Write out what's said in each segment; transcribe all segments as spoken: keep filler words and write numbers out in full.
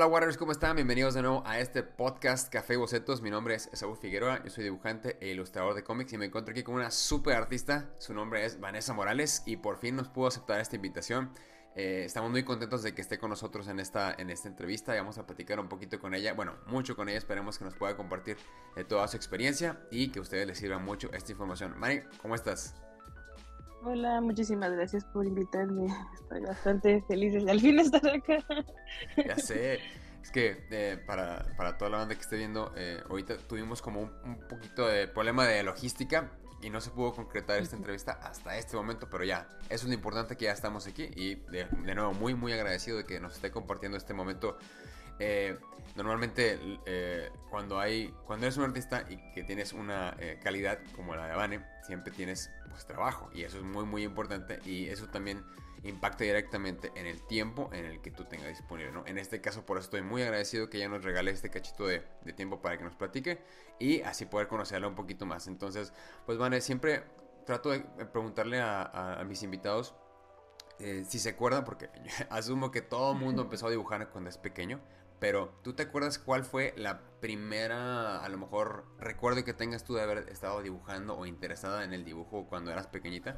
Waters, ¿cómo están? Bienvenidos de nuevo a este podcast Café y Bocetos. Mi nombre es Esaú Figueroa, yo soy dibujante e ilustrador de cómics y me encuentro aquí con una super artista. Su nombre es Vanessa Morales y por fin nos pudo aceptar esta invitación. Eh, estamos muy contentos de que esté con nosotros en esta, en esta entrevista y vamos a platicar un poquito con ella, bueno, mucho con ella. Esperemos que nos pueda compartir eh, toda su experiencia y que a ustedes les sirva mucho esta información. Mari, ¿cómo estás? Hola, muchísimas gracias por invitarme. Estoy bastante feliz de al fin estar acá. Ya sé, es que eh, para, para toda la banda que esté viendo, eh, ahorita tuvimos como un, un poquito de problema de logística y no se pudo concretar esta entrevista hasta este momento, pero ya, eso es lo importante, que ya estamos aquí y de, de nuevo muy muy agradecido de que nos esté compartiendo este momento. Eh, normalmente eh, cuando hay cuando eres un artista y que tienes una eh, calidad como la de Vane, siempre tienes pues trabajo y eso es muy muy importante y eso también impacta directamente en el tiempo en el que tú tengas disponible, ¿no? En este caso por eso estoy muy agradecido que ella nos regale este cachito de, de tiempo para que nos platique y así poder conocerla un poquito más. Entonces pues Vane, siempre trato de preguntarle a, a, a mis invitados eh, si se acuerdan, porque asumo que todo el mundo empezó a dibujar cuando es pequeño. Pero, ¿tú te acuerdas cuál fue la primera, a lo mejor, recuerdo que tengas tú de haber estado dibujando o interesada en el dibujo cuando eras pequeñita?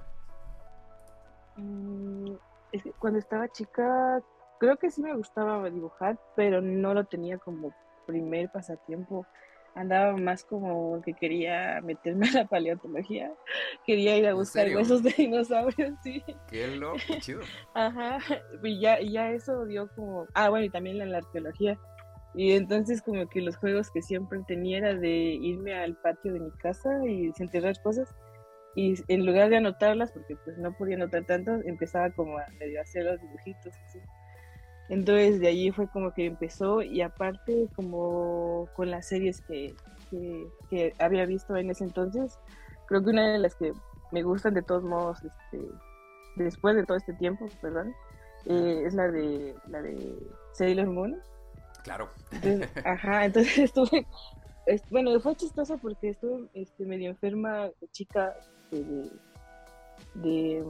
Mm, es que cuando estaba chica, creo que sí me gustaba dibujar, pero no lo tenía como primer pasatiempo. Andaba más como que quería meterme a la paleontología, quería ir a ¿En buscar serio? huesos de dinosaurios, sí. Qué loco, qué chido. Ajá, y ya, y ya eso dio como, ah, bueno, y también la, la arqueología. Y entonces como que los juegos que siempre tenía era de irme al patio de mi casa y desenterrar cosas. Y en lugar de anotarlas, porque pues no podía anotar tanto, empezaba como a medio hacer los dibujitos así. Entonces de allí fue como que empezó y aparte como con las series que, que, que había visto en ese entonces, creo que una de las que me gustan de todos modos, este, después de todo este tiempo, perdón, eh, es la de la de Sailor Moon. Claro. Entonces, ajá, entonces estuve, es- bueno, fue chistoso porque estuve este, medio enferma, chica, este, de, de,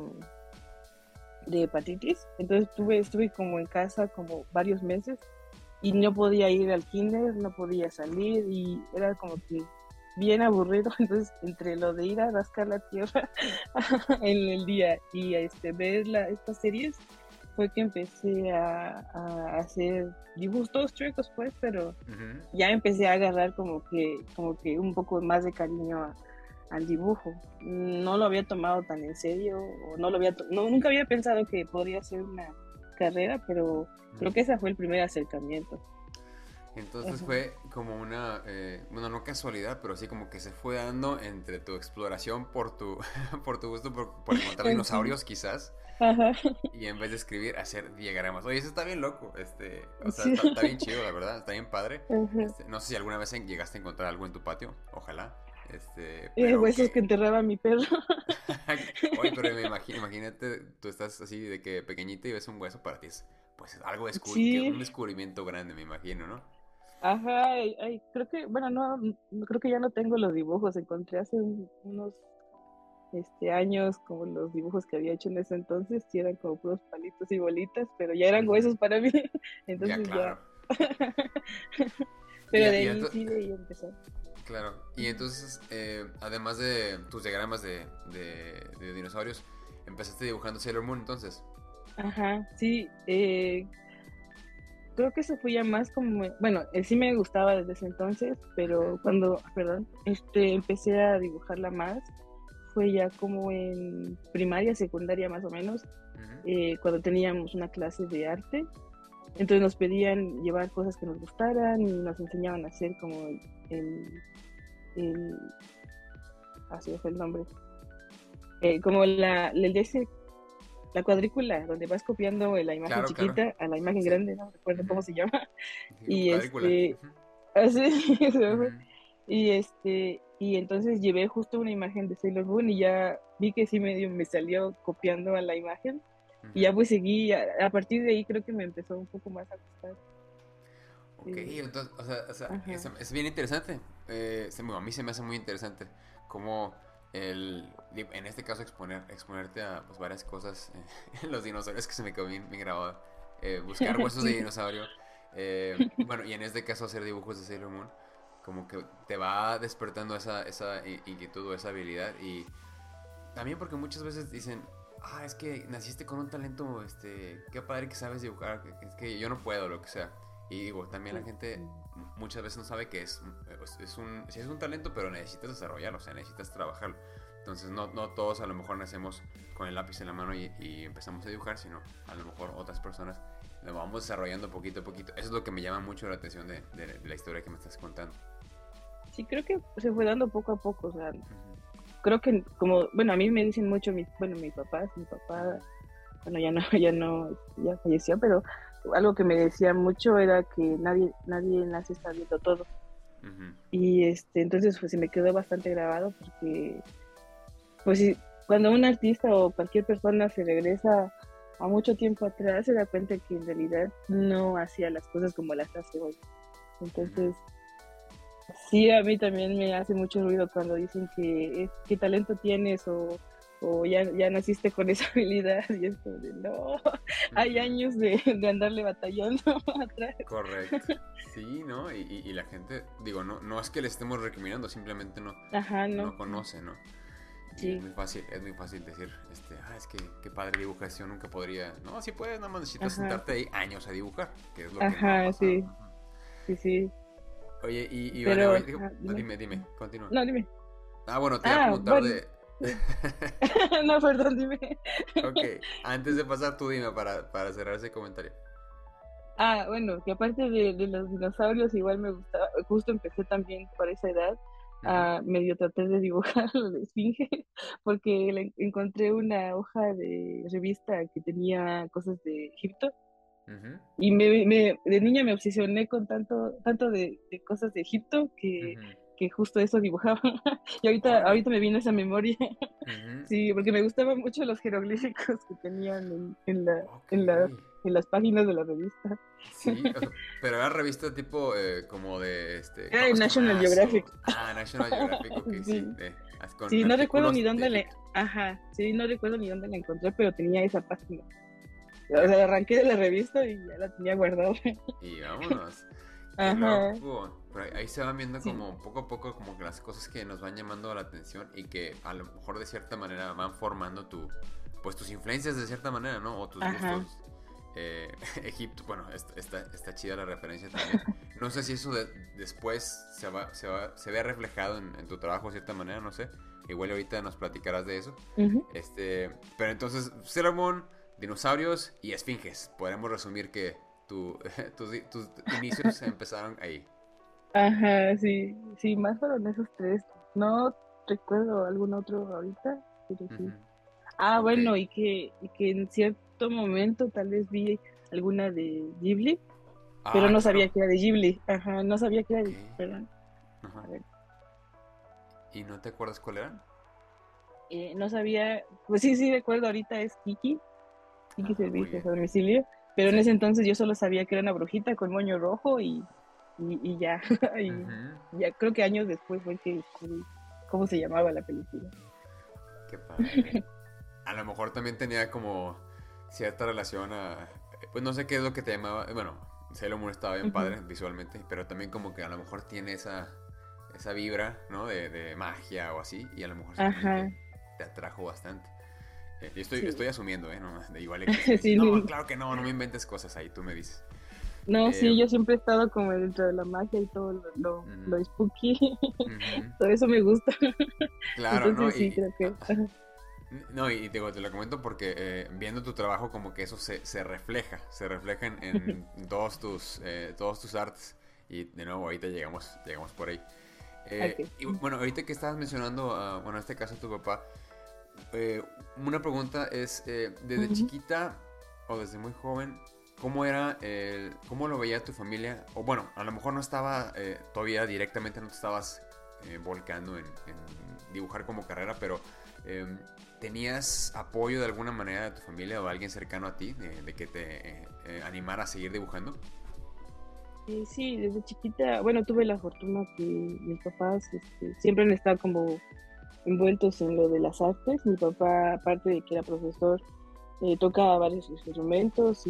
de hepatitis. Entonces estuve, estuve como en casa como varios meses y no podía ir al kinder, no podía salir y era como que bien aburrido. Entonces, entre lo de ir a rascar la tierra en el día y este, ver la, estas series, fue que empecé a, a hacer dibujos todos chuecos, pues, pero Ujú. ya empecé a agarrar como que, como que un poco más de cariño a- al dibujo. No lo había tomado tan en serio, o no lo había, to- no, nunca había pensado que podría ser una carrera, pero creo que ese fue el primer acercamiento. Entonces Ajá. fue como una, eh, bueno, no casualidad, pero sí como que se fue dando entre tu exploración por tu, por tu gusto por, por encontrar Sí. dinosaurios quizás. Ajá. Y en vez de escribir, hacer diagramas. Oye, eso está bien loco. Este, o sea, Sí. está, está bien chido, la verdad. Está bien padre. Ajá. Este, no sé si alguna vez en- llegaste a encontrar algo en tu patio. Ojalá. Este, Eh, pero huesos que que. enterraba mi perro. Oye, pero me imagino, imagínate, tú estás así de que pequeñita y ves un hueso para ti. Es, pues algo descubri que un Sí. descubrimiento grande, me imagino, ¿no? Ajá. Ay, ay, creo que, bueno, no, no, creo que ya no tengo los dibujos. Encontré hace un- unos este, años, como los dibujos que había hecho en ese entonces, sí eran como puros palitos y bolitas, pero ya eran Ujú. huesos para mí, Ya, entonces ya. claro. Y, Pero de y ahí ento- sí, de ahí empezó. claro. Y entonces, eh, además de tus diagramas de, de, de dinosaurios, empezaste dibujando Sailor Moon entonces. Ajá, sí, eh, creo que eso fue ya más como, bueno, eh, sí me gustaba desde ese entonces, Ujú. pero cuando, perdón, este, empecé a dibujarla más, fue ya como en primaria, secundaria más o menos, Ujú. eh, cuando teníamos una clase de arte. Entonces nos pedían llevar cosas que nos gustaran y nos enseñaban a hacer como el, el, el así fue el nombre, eh, como la, el de ese- la cuadrícula, donde vas copiando la imagen Claro, claro. chiquita a la imagen Sí. grande, no recuerdo cómo Ujú. se llama, Sí, y cuadrícula. este, Ujú. así, se me fue. Ujú. Y este, y entonces llevé justo una imagen de Sailor Moon y ya vi que sí medio me salió copiando a la imagen. Y ya Ujú. pues seguí, a, a partir de ahí creo que me empezó un poco más a gustar. Ok, Eh, entonces, o sea, o sea, es, ajá. es bien interesante. Eh, se- bueno, a mí se me hace muy interesante cómo el, en este caso exponer, exponerte a pues, varias cosas, eh, los dinosaurios que se me quedó bien, bien grabado. Eh, buscar huesos de Sí. dinosaurio. Eh, bueno, y en este caso hacer dibujos de Sailor Moon, como que te va despertando esa, esa i- inquietud o esa habilidad. Y también porque muchas veces dicen, ah, es que naciste con un talento, este, qué padre que sabes dibujar, que- es que yo no puedo, lo que sea. Y digo, también la gente m- muchas veces no sabe que es, es es un, sí es un talento, pero necesitas desarrollarlo, o sea, necesitas trabajarlo. Entonces no, no todos a lo mejor nacemos con el lápiz en la mano y, y empezamos a dibujar, sino a lo mejor otras personas lo vamos desarrollando poquito a poquito. Eso es lo que me llama mucho la atención de, de, de la historia que me estás contando. Sí, creo que se fue dando poco a poco, o sea, Ujú, creo que como, bueno, a mí me dicen mucho, mi, bueno, mi papá, mi papá, ujú, bueno, ya no, ya no, ya falleció, pero algo que me decía mucho era que nadie, nadie nace sabiendo todo. ujú, Y este, entonces pues se me quedó bastante grabado porque, pues sí, cuando un artista o cualquier persona se regresa a mucho tiempo atrás, se da cuenta que en realidad no hacía las cosas como las hace hoy. ujú. Entonces, sí, a mí también me hace mucho ruido cuando dicen que es, qué talento tienes o, o ya, ya naciste con esa habilidad y es como de no, hay Ujú. años de, de andarle batallando atrás. Correcto. Sí, ¿no? Y, y- y la gente, digo, no, no es que le estemos recriminando, simplemente no, Ajá, no, no conoce, ¿no? Y es sí, muy fácil, es muy fácil decir, este, ah, es que qué padre dibujación, nunca podría. No, sí puedes, nada más necesitas ajá, sentarte ahí años a dibujar, que es lo que no ha ajá, pasado. sí, Ujú. sí, sí, Oye, y, y vale, pero, oye, digo, ajá, no, dime. dime, dime, continúa. No, dime. Ah, bueno, te iba a Ah, preguntar bueno, de... sí. No, perdón, dime. Ok, antes de pasar tú dime para, para cerrar ese comentario. Ah, bueno, que aparte de, de los dinosaurios, igual me gustaba, justo empecé también por esa edad, Ujú, a medio tratar de dibujar la esfinge, porque le encontré una hoja de revista que tenía cosas de Egipto, ujú, y me, me- de niña me obsesioné con tanto, tanto de, de cosas de Egipto que, ujú. que justo eso dibujaba. Y ahorita, Órale. ahorita me vino esa memoria. Ujú. Sí, porque me gustaban mucho los jeroglíficos que tenían en, en la, Ok. en la, en las páginas de la revista. Sí, o sea, pero era revista tipo eh, como de este Era de Custom National Ass o... Geographic. Ah, National Geographic, ok, sí, Sí, de, as- con sí, no recuerdo ni artículos de dónde le, Egipto. ajá, sí, no recuerdo ni dónde la encontré, pero tenía esa página. O sea, Ya. la arranqué de la revista y ya la tenía guardada. Y vámonos. Qué Ajá, loco. Pero ahí ahí se van viendo sí, como poco a poco como que las cosas que nos van llamando la atención y que a lo mejor de cierta manera van formando tu, pues tus influencias de cierta manera, ¿no? O tus ajá. gustos. Eh, Egipto, bueno, está, está, está chida la referencia también. No sé si eso de- después se, va, se, va, se ve reflejado en, en tu trabajo de cierta manera, no sé. Igual ahorita nos platicarás de eso. Ujú. Este, pero entonces, Sailor Moon, dinosaurios y esfinges. Podemos resumir que tu, tus, tus inicios empezaron ahí. Ajá, sí, sí, más fueron esos tres. No recuerdo algún otro ahorita, pero sí. Ujú. Ah, Ok. bueno, y que, y que en cierto momento tal vez vi alguna de Ghibli, pero Ah, no sabía claro. que era de Ghibli. Ajá, no sabía que era Ok. de, perdón, Ajá. a ver, ¿Y no te acuerdas cuál era? eh, no sabía, pues sí, sí recuerdo ahorita es Kiki, Kiki Ah, muy Servicios bien. a domicilio, pero en Sí. ese entonces yo solo sabía que era una brujita con moño rojo y, y, y ya, y Ujú. ya creo que años después fue que descubrí cómo se llamaba la película. Qué padre. A lo mejor también tenía como cierta relación a... Pues no sé qué es lo que te llamaba... Bueno, Sailor Moon estaba bien Ujú. padre visualmente, pero también como que a lo mejor tiene esa, esa vibra, ¿no? De, de magia o así, y a lo mejor eso también Ajá, te, te atrajo bastante. Eh, y estoy, estoy sí, asumiendo, ¿eh? No, de igual que si me dices, sí, no, sí. claro que no, no me inventes cosas ahí, tú me dices. No, Eh, sí, yo siempre he estado como dentro de la magia y todo lo, lo, ujú, lo spooky, ujú. todo eso me gusta. Claro, ¿no? Entonces Y, sí, y- creo ah, que... ajá. no, y digo, te lo comento porque eh, viendo tu trabajo como que eso se, se refleja, se refleja en, en todos tus, eh, todos tus artes. Y de nuevo, ahorita llegamos, llegamos por ahí. Eh, Ok. y bueno, ahorita que estabas mencionando, ah, bueno, en este caso tu papá, eh, una pregunta es, eh, desde Ujú. chiquita o desde muy joven, ¿cómo era, el, cómo lo veía tu familia? O bueno, a lo mejor no estaba eh, todavía directamente, no te estabas eh, volcando en, en dibujar como carrera, pero eh, ¿tenías apoyo de alguna manera de tu familia o alguien cercano a ti de, de que te eh, eh, animara a seguir dibujando? Eh, sí, desde chiquita, bueno, tuve la fortuna que mis papás este, siempre han estado como envueltos en lo de las artes. Mi papá, aparte de que era profesor, eh, toca varios instrumentos y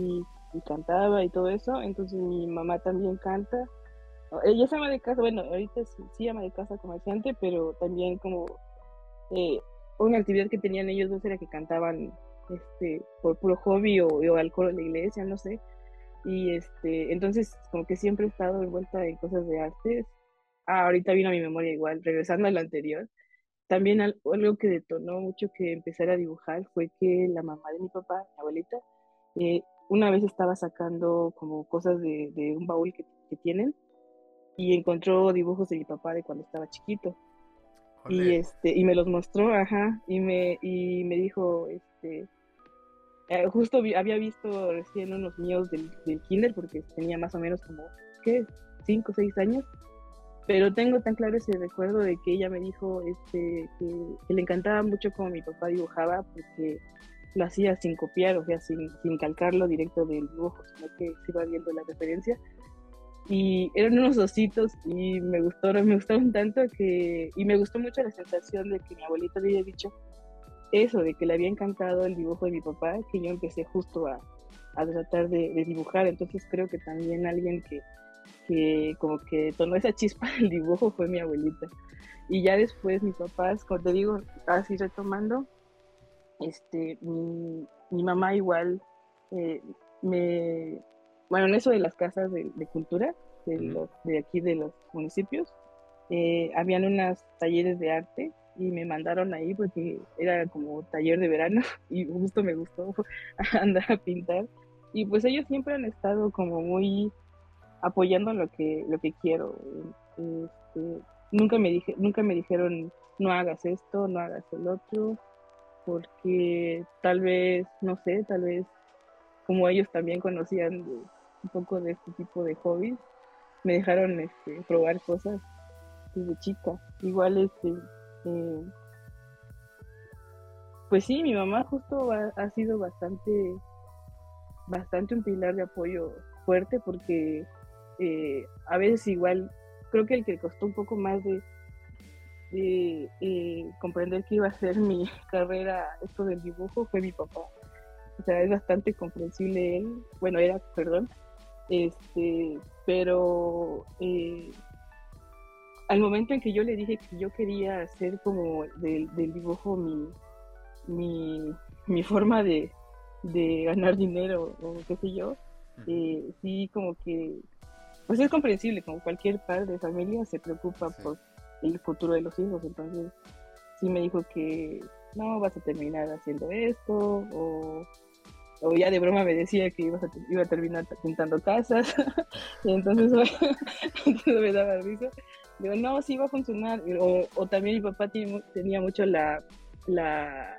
y cantaba y todo eso, entonces mi mamá también canta. Ella es ama de casa, bueno, ahorita sí, sí ama de casa comerciante, pero también como eh, una actividad que tenían ellos dos era que cantaban este por puro hobby o, o al coro de la iglesia, no sé. Y este, entonces como que siempre he estado envuelta en cosas de artes. Ah, ahorita vino a mi memoria igual, regresando a lo anterior. También al- algo que detonó mucho que empezara a dibujar fue que la mamá de mi papá, mi abuelita, eh, una vez estaba sacando como cosas de, de un baúl que, que tienen y encontró dibujos de mi papá de cuando estaba chiquito. Y Ole. este, y me los mostró, ajá, y me, y me dijo, este, eh, justo vi- había visto recién unos míos del, del kinder porque tenía más o menos como, ¿qué? Cinco o seis años, pero tengo tan claro ese recuerdo de que ella me dijo este, que, que le encantaba mucho como mi papá dibujaba porque lo hacía sin copiar, o sea, sin, sin calcarlo directo del dibujo, sino que se iba viendo la referencia. Y eran unos ositos y me gustaron, me gustaron tanto que, y me gustó mucho la sensación de que mi abuelita había dicho eso, de que le había encantado el dibujo de mi papá, que yo empecé justo a, a tratar de, de dibujar. Entonces creo que también alguien que, que como que tomó esa chispa del dibujo fue mi abuelita. Y ya después mis papás, como te digo, así retomando, este, mi, mi mamá igual eh, me, bueno, en eso de las casas de, de cultura de, Ujú. los, de aquí de los municipios, eh, habían unos talleres de arte y me mandaron ahí porque era como taller de verano y justo me gustó andar a pintar. Y pues ellos siempre han estado como muy apoyando lo que, lo que quiero. Este, nunca me dije, nunca me dijeron no hagas esto, no hagas el otro, porque tal vez, no sé, tal vez como ellos también conocían de, un poco de este tipo de hobbies, me dejaron este, probar cosas desde chica. Igual, este, eh, pues sí, mi mamá justo ha, ha sido bastante, bastante un pilar de apoyo fuerte porque eh, a veces igual creo que el que costó un poco más de, de eh, comprender que iba a ser mi carrera esto del dibujo fue mi papá. O sea, es bastante comprensible él, bueno, era, perdón, este, pero eh, al momento en que yo le dije que yo quería hacer como del, del dibujo mi, mi, mi forma de, de ganar dinero o qué sé yo, Ujú. eh, sí como que, pues es comprensible, como cualquier padre de familia se preocupa Sí. por el futuro de los hijos, entonces sí me dijo que no, vas a terminar haciendo esto, o, o ya de broma me decía que ibas a, iba a terminar pintando casas, y entonces, entonces me daba risa. Digo, no, sí va a funcionar. O, o también mi papá tiene, tenía mucho la, la,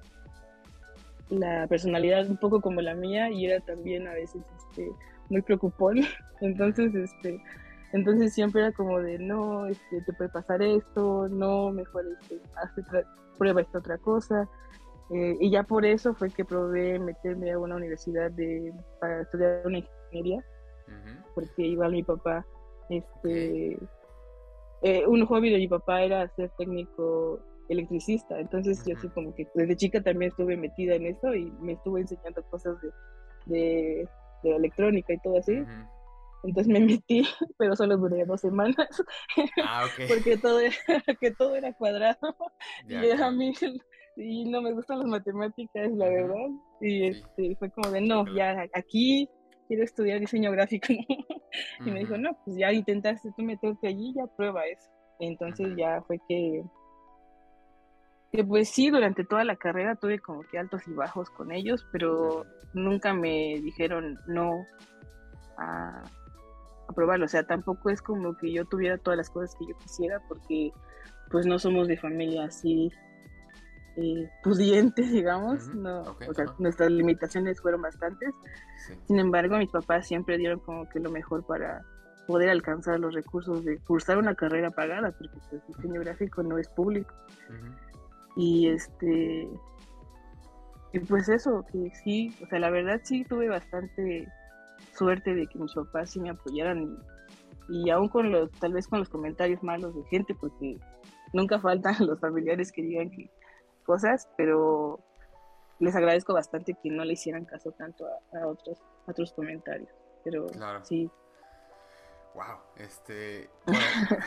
la personalidad un poco como la mía y era también a veces este, muy preocupón. Entonces, Ujú. este, entonces siempre era como de, no, este, te puede pasar esto, no, mejor este, haz otra, prueba esta otra cosa. Eh, y ya por eso fue que probé meterme a una universidad de, para estudiar una ingeniería, Ujú. porque igual mi papá, Ok. este, eh, un hobby de mi papá era ser técnico electricista, entonces yo Ujú. sí como que desde chica también estuve metida en eso y me estuve enseñando cosas de, de, de electrónica y todo así, Ujú. entonces me metí, pero solo duré dos semanas, Ah, ok. porque todo era, que todo era cuadrado y Ya, a claro. mí y no me gustan las matemáticas, la Ujú. verdad, y Sí, este fue como de no, chócala. ya aquí quiero estudiar diseño gráfico. Y me Ujú. dijo, no, pues ya intentaste tú meterte allí, ya prueba eso. Entonces Ujú. ya fue que, que pues sí, durante toda la carrera tuve como que altos y bajos con ellos, pero Ujú. nunca me dijeron no a, a probarlo. O sea, tampoco es como que yo tuviera todas las cosas que yo quisiera, porque pues no somos de familia así eh, pudientes, digamos, Ujú. no, Ok, o sea, ajá. nuestras limitaciones fueron bastantes. Sí. Sin embargo, mis papás siempre dieron como que lo mejor para poder alcanzar los recursos de cursar una carrera pagada, porque pues, el diseño Ujú. gráfico no es público. Ujú. Y este, y pues eso, que sí, o sea, la verdad sí tuve bastante suerte de que mis papás sí me apoyaran y, y aún con los, tal vez con los comentarios malos de gente, porque nunca faltan los familiares que digan que cosas, pero les agradezco bastante que no le hicieran caso tanto a, a otros, a otros comentarios, pero Claro. sí. Wow, este, bueno,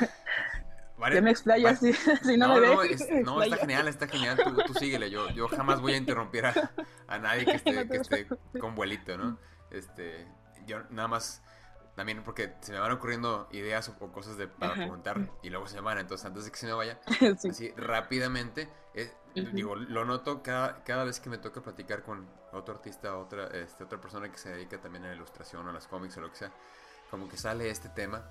Ya vale, me explayo vale. así, si no me No, ven, no, es, me no, está explayo. genial, está genial, tú, tú síguele, yo, yo jamás voy a interrumpir a, a nadie que No esté, que te esté preocupes. con vuelito, ¿no? Este, yo nada más, también porque se me van ocurriendo ideas o, o cosas de, para Ajá, preguntar y luego se me van, entonces antes de que se me vaya, sí. así rápidamente, eh, Ujú. digo, lo noto cada, cada vez que me toca platicar con otro artista, otra, este, otra persona que se dedica también a la ilustración o a las cómics o lo que sea, como que sale este tema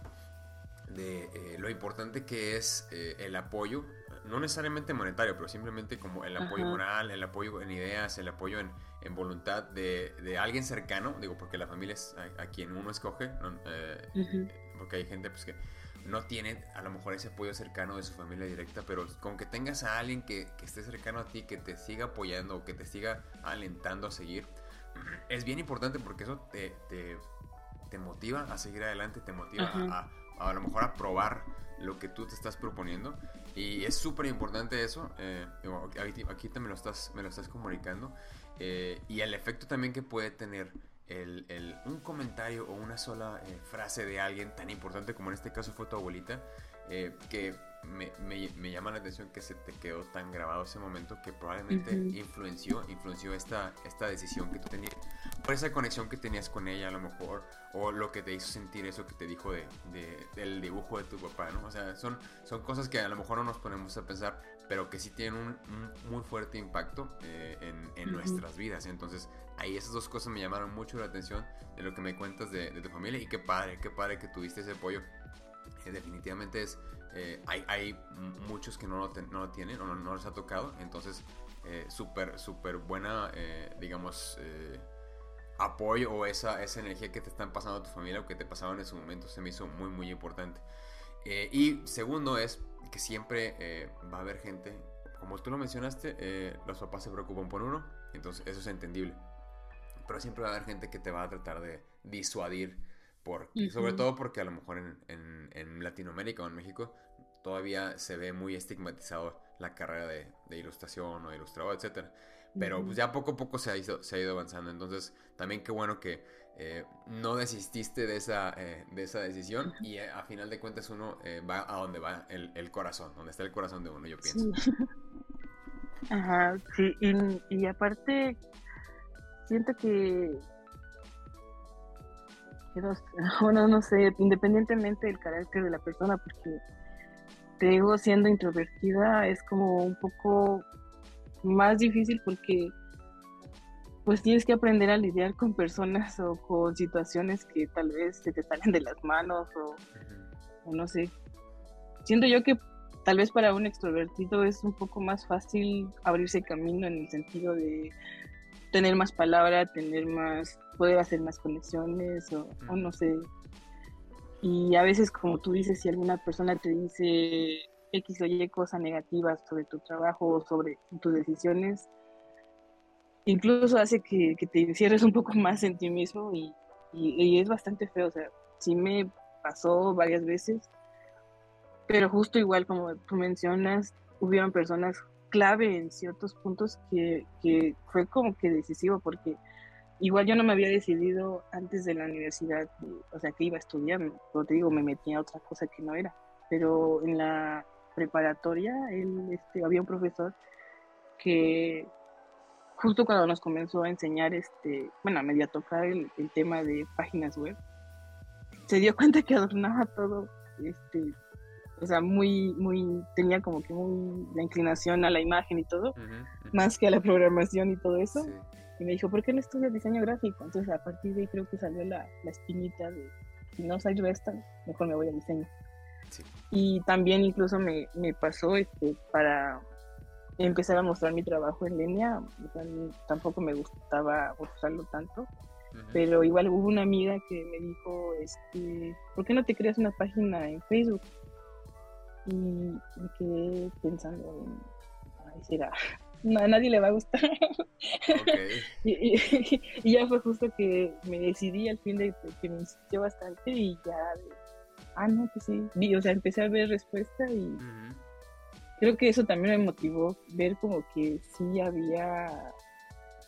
de eh, lo importante que es eh, el apoyo, no necesariamente monetario, pero simplemente como el apoyo Ajá. moral, el apoyo en ideas, el apoyo en, en voluntad de, de, alguien cercano, digo, porque la familia es a, a quien uno escoge, ¿no? eh, Ujú. porque hay gente pues que no tiene a lo mejor ese apoyo cercano de su familia directa, pero con que tengas a alguien que, que esté cercano a ti, que te siga apoyando o que te siga alentando a seguir, es bien importante porque eso te, te, te motiva a seguir adelante, te motiva Ajá. a, a, a lo mejor a probar lo que tú te estás proponiendo y es súper importante eso, eh, aquí, aquí te me lo estás, me lo estás comunicando eh, y el efecto también que puede tener el, el, un comentario o una sola eh, frase de alguien tan importante como en este caso fue tu abuelita, eh, que me, me, me llama la atención que se te quedó tan grabado ese momento que probablemente Ujú. influenció, influenció esta, esta decisión que tú tenías, por esa conexión que tenías con ella a lo mejor, o lo que te hizo sentir eso que te dijo de, de, del dibujo de tu papá, ¿no? O sea, son, son cosas que a lo mejor no nos ponemos a pensar, pero que sí tienen un, un muy fuerte impacto eh, en, en Ujú. nuestras vidas. Entonces, ahí esas dos cosas me llamaron mucho la atención de lo que me cuentas de, de tu familia y qué padre, qué padre que tuviste ese apoyo. Eh, definitivamente es, eh, hay, hay muchos que no lo, ten, no lo tienen o no, no les ha tocado, entonces eh, súper, súper buena, eh, digamos, eh, apoyo o esa, esa energía que te están pasando a tu familia o que te pasaban en su momento se me hizo muy, muy importante. Eh, y segundo es que siempre eh, va a haber gente, como tú lo mencionaste, eh, los papás se preocupan por uno, entonces eso es entendible. Pero siempre va a haber gente que te va a tratar de disuadir, por, sobre Ujú. todo porque a lo mejor en, en, en Latinoamérica o en México todavía se ve muy estigmatizado la carrera de, de ilustración o de ilustrador, etcétera. Pero pues Ujú. ya poco a poco se ha ido, se ha ido avanzando. Entonces también qué bueno que eh, no desististe de esa, eh, de esa decisión y eh, a final de cuentas uno eh, va a donde va el, el corazón, donde está el corazón de uno, yo pienso. Sí. Ajá, sí, y, y aparte siento que, que no, bueno, no sé, independientemente del carácter de la persona, porque te digo, siendo introvertida es como un poco más difícil porque pues tienes que aprender a lidiar con personas o con situaciones que tal vez se te salen de las manos o, Uh-huh. o no sé. Siento yo que tal vez para un extrovertido es un poco más fácil abrirse camino en el sentido de tener más palabra, tener más, poder hacer más conexiones o, o Uh-huh. no sé. Y a veces, como tú dices, si alguna persona te dice X o Y cosas negativas sobre tu trabajo o sobre tus decisiones, incluso hace que, que te encierres un poco más en ti mismo y, y, y es bastante feo. O sea, sí me pasó varias veces, pero justo igual como tú mencionas, hubieron personas clave en ciertos puntos que, que fue como que decisivo porque igual yo no me había decidido antes de la universidad, o sea, que iba a estudiar, como te digo, me metí a otra cosa que no era, pero en la preparatoria él, este, había un profesor que justo cuando nos comenzó a enseñar, este, bueno, medio a tocar el, el tema de páginas web, se dio cuenta que adornaba todo, este, o sea, muy, muy, tenía como que muy la inclinación a la imagen y todo, Uh-huh. Uh-huh. más que a la programación y todo eso. Sí. Y me dijo, ¿por qué no estudias diseño gráfico? Entonces, a partir de ahí creo que salió la, la espinita de, si no soy esta, mejor me voy a diseño. Sí. Y también incluso me, me pasó este, para empezar a mostrar mi trabajo en línea, o sea, tampoco me gustaba usarlo tanto, Uh-huh. pero igual hubo una amiga que me dijo, este, ¿por qué no te creas una página en Facebook? Y me quedé pensando en, ay, será, no, a nadie le va a gustar. Ok. y, y, y, ya fue justo que me decidí al fin de que me insistió bastante y ya, de, ah, no, pues sí, vi, o sea, empecé a ver respuesta y Uh-huh. creo que eso también me motivó ver como que sí había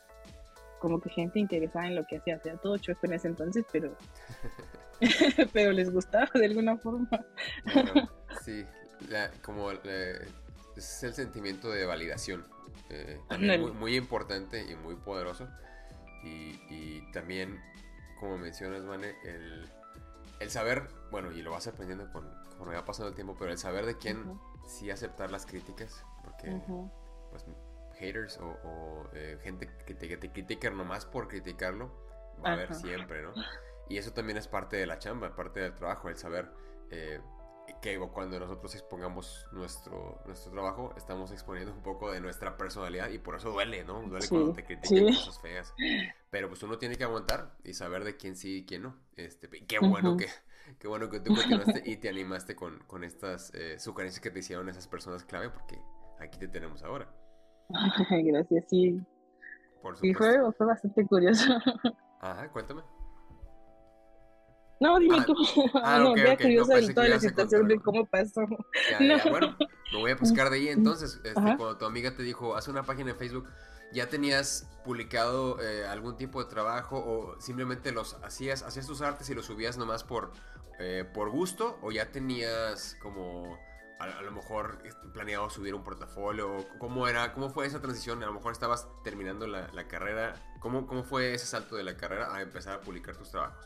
como que gente interesada en lo que hacía, o sea, todo chueco en ese entonces, pero pero les gustaba de alguna forma. Claro, sí, la- como eh, es el sentimiento de validación, eh, también muy, Ándale. muy importante y muy poderoso. Y, y también, como mencionas, Vane, el, el saber, bueno, y lo vas aprendiendo con, conforme va pasando el tiempo, pero el saber de quién Ujú, sí aceptar las críticas, porque ujú. pues haters o, o, eh, gente que te, que te critican nomás por criticarlo, va a haber Ajá. siempre, ¿no? Y eso también es parte de la chamba, parte del trabajo, el saber eh, que cuando nosotros expongamos nuestro, nuestro trabajo, estamos exponiendo un poco de nuestra personalidad y por eso duele, ¿no? Duele cuando Sí, te critiquen sí. cosas feas. Pero pues uno tiene que aguantar y saber de quién sí y quién no. Este, y qué bueno Ujú. que, qué bueno que tú continuaste y te animaste con, con estas eh, sugerencias que te hicieron esas personas clave, porque aquí te tenemos ahora, Gracias, sí. por Y supuesto. fue, fue bastante curioso. Ajá, cuéntame. No, dime Ah, tú. Ah, ah, ok, no, queda ok. No, curiosa de pensé que toda me la ibas a situación contar de algo. cómo pasó. Ya, ya, No. ya. Bueno, me voy a buscar de ahí Mm, entonces. Este, ajá. cuando tu amiga te dijo, haz una página en Facebook, ¿ya tenías publicado eh, algún tipo de trabajo o simplemente los hacías, hacías tus artes y los subías nomás por, eh, por gusto? ¿O ya tenías como a, a lo mejor este, planeado subir un portafolio? ¿Cómo era? ¿Cómo fue esa transición? A lo mejor estabas terminando la, la carrera. ¿Cómo, ¿Cómo fue ese salto de la carrera a empezar a publicar tus trabajos?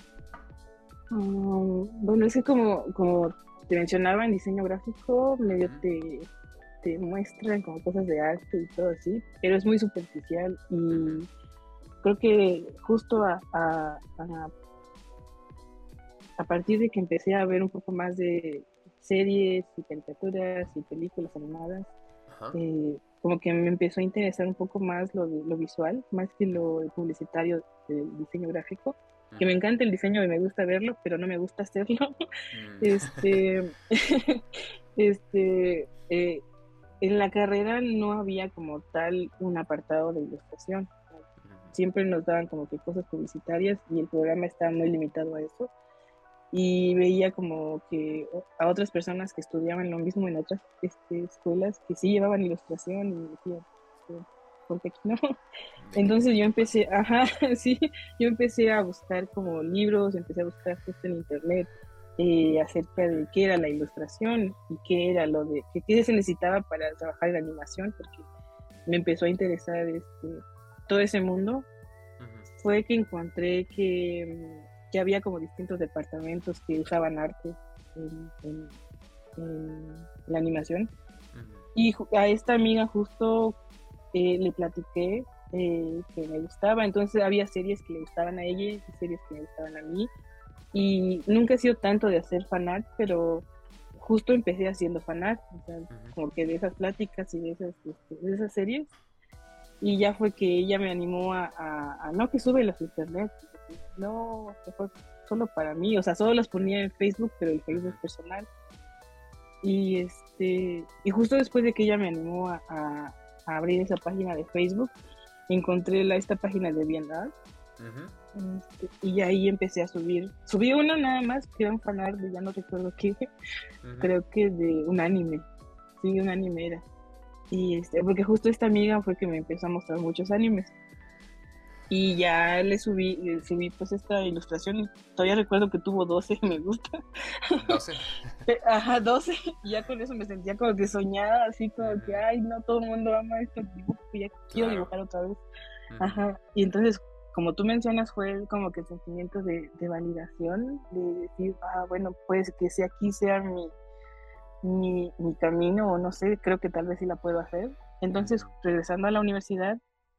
Mm, bueno, es que como, como te mencionaba en diseño gráfico, medio Ujú, te, te muestran como cosas de arte y todo así, pero es muy superficial ujú, y creo que justo a, a, a, a partir de que empecé a ver un poco más de series y caricaturas y películas animadas, ajá, eh, como que me empezó a interesar un poco más lo, lo visual, más que ujú, lo publicitario del diseño gráfico, que me ujú, encanta el diseño y me gusta verlo, pero no me gusta hacerlo. mm, Este, este, eh, en la carrera no había como tal un apartado de ilustración. Siempre nos daban como que cosas publicitarias y el programa estaba muy limitado a eso. Y veía como que a otras personas que estudiaban lo mismo en otras este, escuelas que sí llevaban ilustración y decía, este, ¿por qué aquí no? ¿de qué, Entonces de yo qué pasa? empecé, ajá, sí, yo empecé a buscar como libros, empecé a buscar justo en internet eh, acerca de qué era la ilustración y qué era lo de, que, qué se necesitaba para trabajar en animación, porque me empezó a interesar este, todo ese mundo. Ujú, Fue que encontré que, mm, que había como distintos departamentos que usaban arte en, en, en la animación. ujú, Y a esta amiga justo eh, le platiqué eh, que me gustaba, entonces había series que le gustaban a ella y series que me gustaban a mí. Y nunca he sido tanto de hacer fanart, pero justo empecé haciendo fanart, o sea, ujú. como que de esas pláticas y de esas, este, de esas series. Y ya fue que ella me animó a, a, a no que sube los internet, no, que fue solo para mí, o sea, solo los ponía en Facebook, pero el Ujú, Facebook personal. Y este, y justo después de que ella me animó a, a, a abrir esa página de Facebook, encontré la, esta página de Bienal. ujú, Este, y ahí empecé a subir. Subí uno nada más, que era un fanart de ya no recuerdo qué, ujú. creo que de un anime. Sí, un anime era. Y este, porque justo esta amiga fue que me empezó a mostrar muchos animes. Y ya le subí, le subí pues esta ilustración y todavía recuerdo que tuvo doce me gusta. doce. Pe- Ajá, doce. Y ya con eso me sentía como que soñada, así como que, Ujú, ay, no, todo el mundo ama estos dibujos, que ya quiero claro. dibujar otra vez. Ujú, Ajá. Y entonces, como tú mencionas, fue como que el sentimiento de, de validación, de decir, ah, bueno, pues que si aquí sea mi, mi, mi camino, o no sé, creo que tal vez sí la puedo hacer. Entonces, ujú, regresando a la universidad,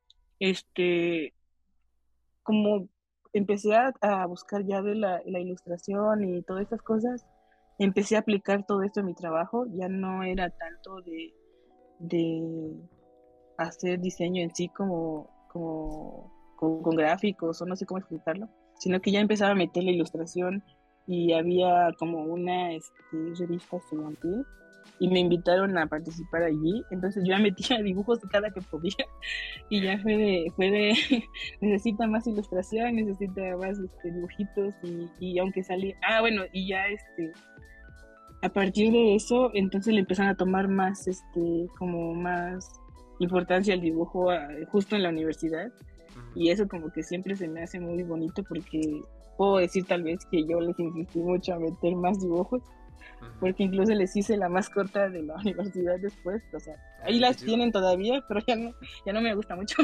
este, como empecé a, a buscar ya de la, la ilustración y todas estas cosas, empecé a aplicar todo esto en mi trabajo, ya no era tanto de, de hacer diseño en sí como, como, como con gráficos o no sé cómo explicarlo, sino que ya empezaba a meter la ilustración y había como una este, revista estudiantil y me invitaron a participar allí, entonces yo ya metía dibujos de cada que podía y ya fue de, fue de necesita más ilustración, necesita más este, dibujitos y, y aunque salí, ah bueno, y ya este, a partir de eso, entonces le empezaron a tomar más, este, como más importancia al dibujo a, justo en la universidad y eso como que siempre se me hace muy bonito porque puedo decir tal vez que yo les insistí mucho a meter más dibujos, porque incluso les hice la más corta de la universidad después, o sea, ahí Ay, qué las chido. tienen todavía, pero ya no, ya no me gusta mucho.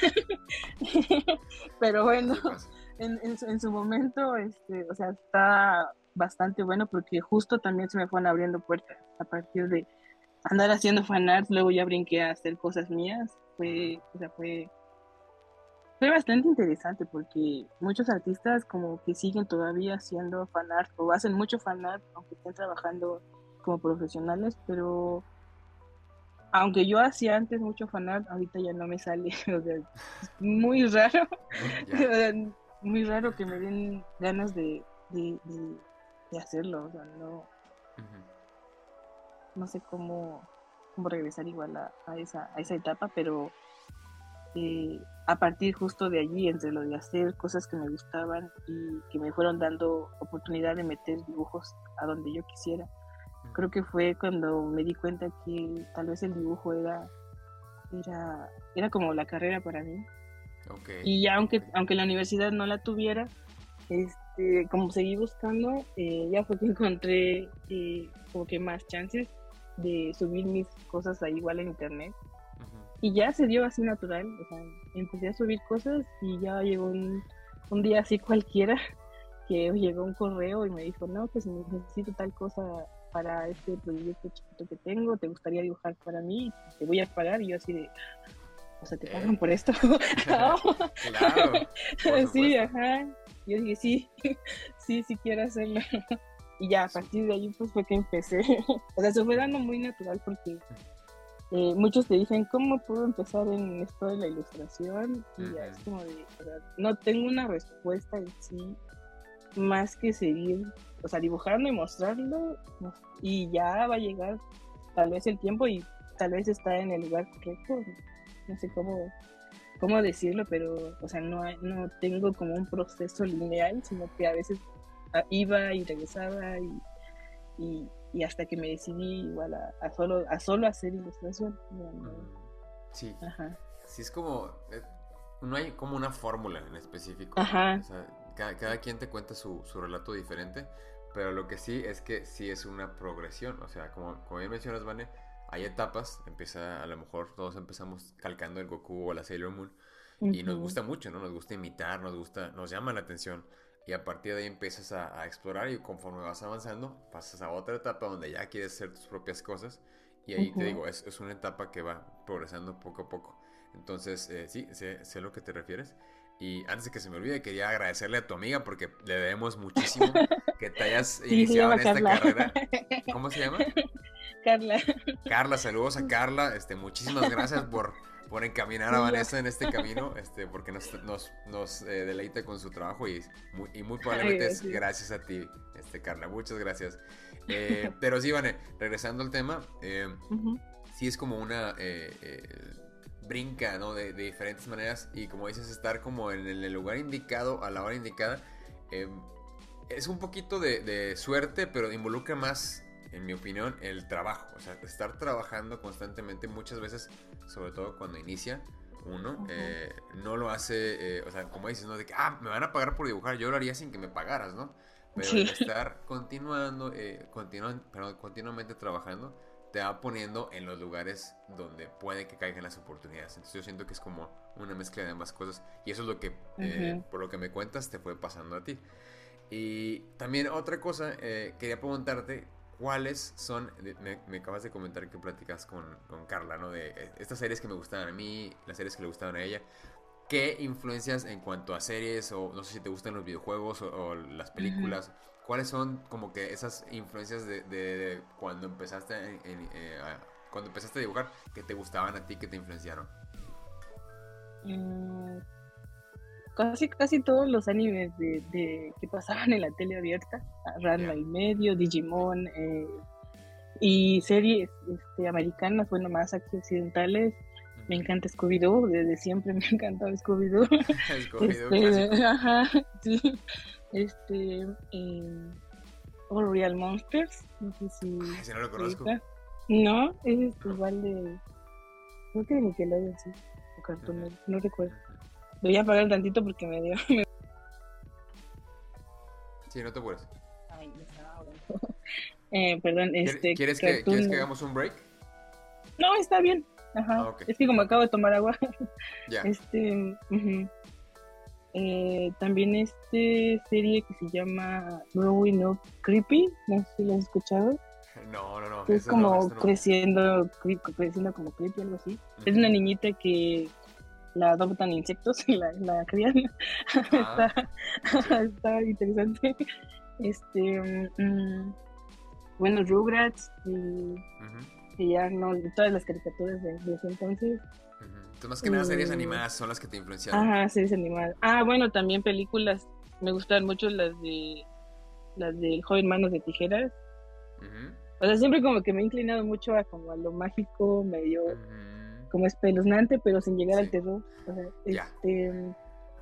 Pero bueno, Así pasa. en, en, su, en su momento, este, o sea, está bastante bueno porque justo también se me fueron abriendo puertas a partir de andar haciendo fanarts, luego ya brinqué a hacer cosas mías, fue, o sea, fue, fue bastante interesante porque muchos artistas como que siguen todavía haciendo fanart o hacen mucho fanart aunque estén trabajando como profesionales, pero aunque yo hacía antes mucho fanart, ahorita ya no me sale, o sea, es muy raro, o Ya. sea, muy raro que me den ganas de, de, de, de hacerlo, o sea, no, Ujú. no sé cómo, cómo regresar igual a, a, esa, a esa etapa, pero eh, a partir justo de allí, entre lo de hacer cosas que me gustaban y que me fueron dando oportunidad de meter dibujos a donde yo quisiera, creo que fue cuando me di cuenta que tal vez el dibujo era, era, era como la carrera para mí. Okay. Y ya aunque, Okay. aunque la universidad no la tuviera, este, como seguí buscando, eh, ya fue que encontré eh, como que más chances de subir mis cosas ahí igual en internet. Ujú. Y ya se dio así natural, o sea, empecé a subir cosas y ya llegó un, un día así cualquiera que llegó un correo y me dijo, no, pues necesito tal cosa para este proyecto chiquito que tengo, ¿te gustaría dibujar para mí? Te voy a pagar. Y yo así de, o sea, ¿te pagan Eh. por esto? Claro, por Sí, supuesto. ajá. Yo dije, sí, sí, sí quiero hacerlo. Y ya a Sí. partir de ahí pues fue que empecé. O sea, se fue dando muy natural porque eh, muchos te dicen, ¿cómo puedo empezar en esto de la ilustración? Y Ujú. ya es como de, o sea, no tengo una respuesta en sí, más que seguir, o sea, dibujando y mostrarlo, y ya va a llegar tal vez el tiempo y tal vez está en el lugar correcto, no sé cómo, cómo decirlo, pero, o sea, no, no tengo como un proceso lineal, sino que a veces iba y regresaba y, y, y hasta que me decidí igual a, a, solo, a solo hacer ilustración. No, no. Mm, sí, Ajá. sí es como, eh, no hay como una fórmula en específico, Ajá. o sea, cada, cada quien te cuenta su, su relato diferente, pero lo que sí es que sí es una progresión, o sea, como, como bien mencionas, Vane, hay etapas, empieza, a lo mejor todos empezamos calcando el Goku o la Sailor Moon, y nos Uh-huh. gusta mucho, ¿no? Nos gusta imitar, nos gusta, nos llama la atención. Y a partir de ahí empiezas a, a explorar y conforme vas avanzando, pasas a otra etapa donde ya quieres hacer tus propias cosas. Y ahí te Uh-huh. digo, es, es una etapa que va progresando poco a poco. Entonces, eh, sí, sé, sé a lo que te refieres. Y antes de que se me olvide, quería agradecerle a tu amiga porque le debemos muchísimo que te hayas Sí, se iniciado llama en esta Carla. carrera. ¿Cómo se llama? Carla. Carla, saludos a Carla. Este, muchísimas gracias por, por encaminar a Sí, yo. Vanessa en este camino, este, porque nos, nos, nos eh, deleita con su trabajo y muy, y muy Ay, probablemente es gracias. gracias a ti, este, Carla. Muchas gracias. Eh, pero sí, Vane, regresando al tema, eh, Uh-huh. sí es como una eh, eh, brinca, ¿no? De, de, diferentes maneras y como dices, estar como en el lugar indicado a la hora indicada. Eh, es un poquito de, de suerte, pero involucra más, en mi opinión, el trabajo. O sea, estar trabajando constantemente muchas veces, sobre todo cuando inicia uno, Uh-huh. eh, no lo hace, eh, o sea, como dices, ¿no? De que, ah, me van a pagar por dibujar, yo lo haría sin que me pagaras, ¿no? Pero Sí. el estar continuando, eh, continu perdón, continuamente trabajando, te va poniendo en los lugares donde puede que caigan las oportunidades. Entonces yo siento que es como una mezcla de ambas cosas. Y eso es lo que, eh, Uh-huh. por lo que me cuentas, te fue pasando a ti. Y también otra cosa, eh, quería preguntarte cuáles son, me, me, acabas de comentar que platicas con, con Carla, ¿no? De eh, estas series que me gustaban a mí, las series que le gustaban a ella. ¿Qué influencias en cuanto a series o no sé si te gustan los videojuegos o, o las Uh-huh. películas? ¿Cuáles son como que esas influencias de, de, de cuando empezaste en, en, eh, a, cuando empezaste a dibujar que te gustaban a ti, que te influenciaron? Mm, casi, casi todos los animes de, de que pasaban en la tele abierta, Ranma Ya. y medio, Digimon, eh, y series este, americanas, bueno, más aquí occidentales. Me encanta Scooby-Doo, desde siempre me ha encantado Scooby-Doo. Scooby-Doo, un Este, clásico. ajá, sí. Este, eh, All Real Monsters, no sé si Ay, ese no lo se conozco. ubica. No, es este, No. igual de, creo que de Nickelodeon, sí, o Uh Cartoon -huh. Network, no recuerdo. Uh -huh. Voy a apagar tantito porque me dio... Sí, no te apures. Ay, me estaba ahogando. Eh, perdón, ¿Quieres, este, ¿quieres que, ¿quieres que Cartoon... hagamos un break? No, está bien. Ajá. Ah, ok. Es que como Ok. acabo de tomar agua. Ya. Este... ujú. Eh, también este serie que se llama Growing Up Creepy, no sé si lo has escuchado. No, no, no, Es eso no, como esto no. creciendo, cre- creciendo como creepy, algo así. Es Ujú. una niñita que la adoptan insectos y la, la crían. Ah, está, sí. está interesante. Este, mm, bueno, Rugrats y, Ujú, y ya no, todas las caricaturas de, de ese entonces. ujú. Entonces, más que nada, series Y, animadas son las que te influenciaron. ajá, series animadas. Ah, bueno, también películas. Me gustan mucho las de las del joven Manos de Tijeras. Ujú, O sea, siempre como que me he inclinado mucho a como a lo mágico, medio ujú. como espeluznante, pero sin llegar al Sí, terror. O sea, ya. este,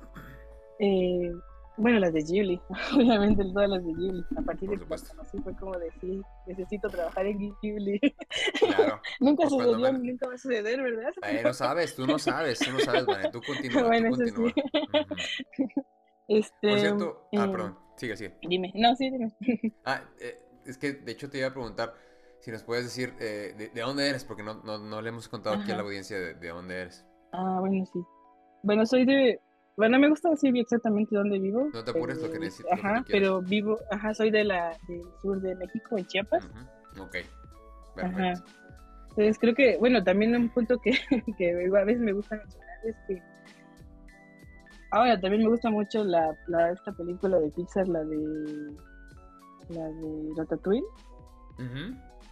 eh, bueno, las de Ghibli, obviamente todas las de Ghibli. A partir Por de que las supuesto. conocí fue como de sí, necesito trabajar en Ghibli. Claro. Nunca O cuando sucedió, menos. nunca va a suceder, ¿verdad? Eh, no sabes, tú no sabes, tú no sabes, Vane. Tú continúa, tú Bueno, eso sí. continúa. Ujú. Por Este, cierto, ah, eh, perdón, sigue, sigue. dime, no, sí, dime. Ah, eh, es que de hecho te iba a preguntar si nos puedes decir eh, de, de dónde eres, porque no, no, no le hemos contado aquí a la Ajá. audiencia de, de dónde eres. Ah, bueno, sí. Bueno, soy de, bueno, me gusta decir exactamente dónde vivo, No te apures lo que pero, necesites, lo que tú ajá, quieras. pero vivo, ajá, soy de la, del sur de México, en Chiapas. Ujú, ok, Ajá. perfecto. Entonces creo que, bueno, también un punto que, que a veces me gusta mencionar es que ahora también me gusta mucho la, la esta película de Pixar, la de la de Ratatouille, Ujú,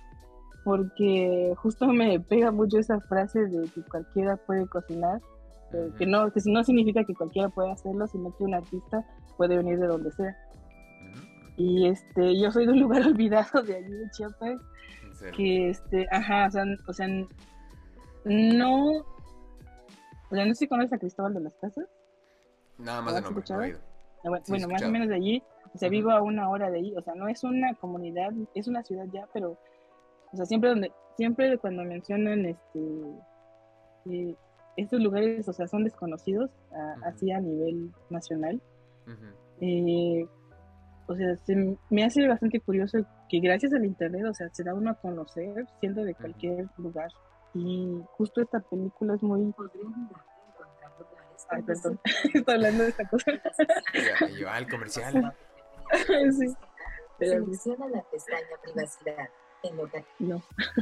porque justo me pega mucho esa frase de que cualquiera puede cocinar, eh, que ujú, no, que no significa que cualquiera puede hacerlo, sino que un artista puede venir de donde sea. ujú. Y este, yo soy de un lugar olvidado de allí de Chiapas, En serio. que este, ajá, o sea, o sea, no, o sea, no sé si conoces a Cristóbal de las Casas. Nada más ¿Lo de has nombre, no he escuchado? ido. Ah, Bueno, Sí, he bueno, más o escuchado. menos de allí, o sea, Ujú, vivo a una hora de ahí, o sea, no es una comunidad, es una ciudad ya, pero, o sea, siempre donde, siempre cuando mencionan este, eh, estos lugares, o sea, son desconocidos a- ujú, así a nivel nacional. ujú, Eh, o sea, se m- me hace bastante curioso que gracias al internet, o sea, se da uno a conocer siendo de ujú. cualquier lugar. Y justo esta película es muy... Ay, perdón, estoy hablando de esta cosa. Ya, y yo, ah, el comercial. Sí, pero Selecciona la pestaña Privacidad. En lo que no.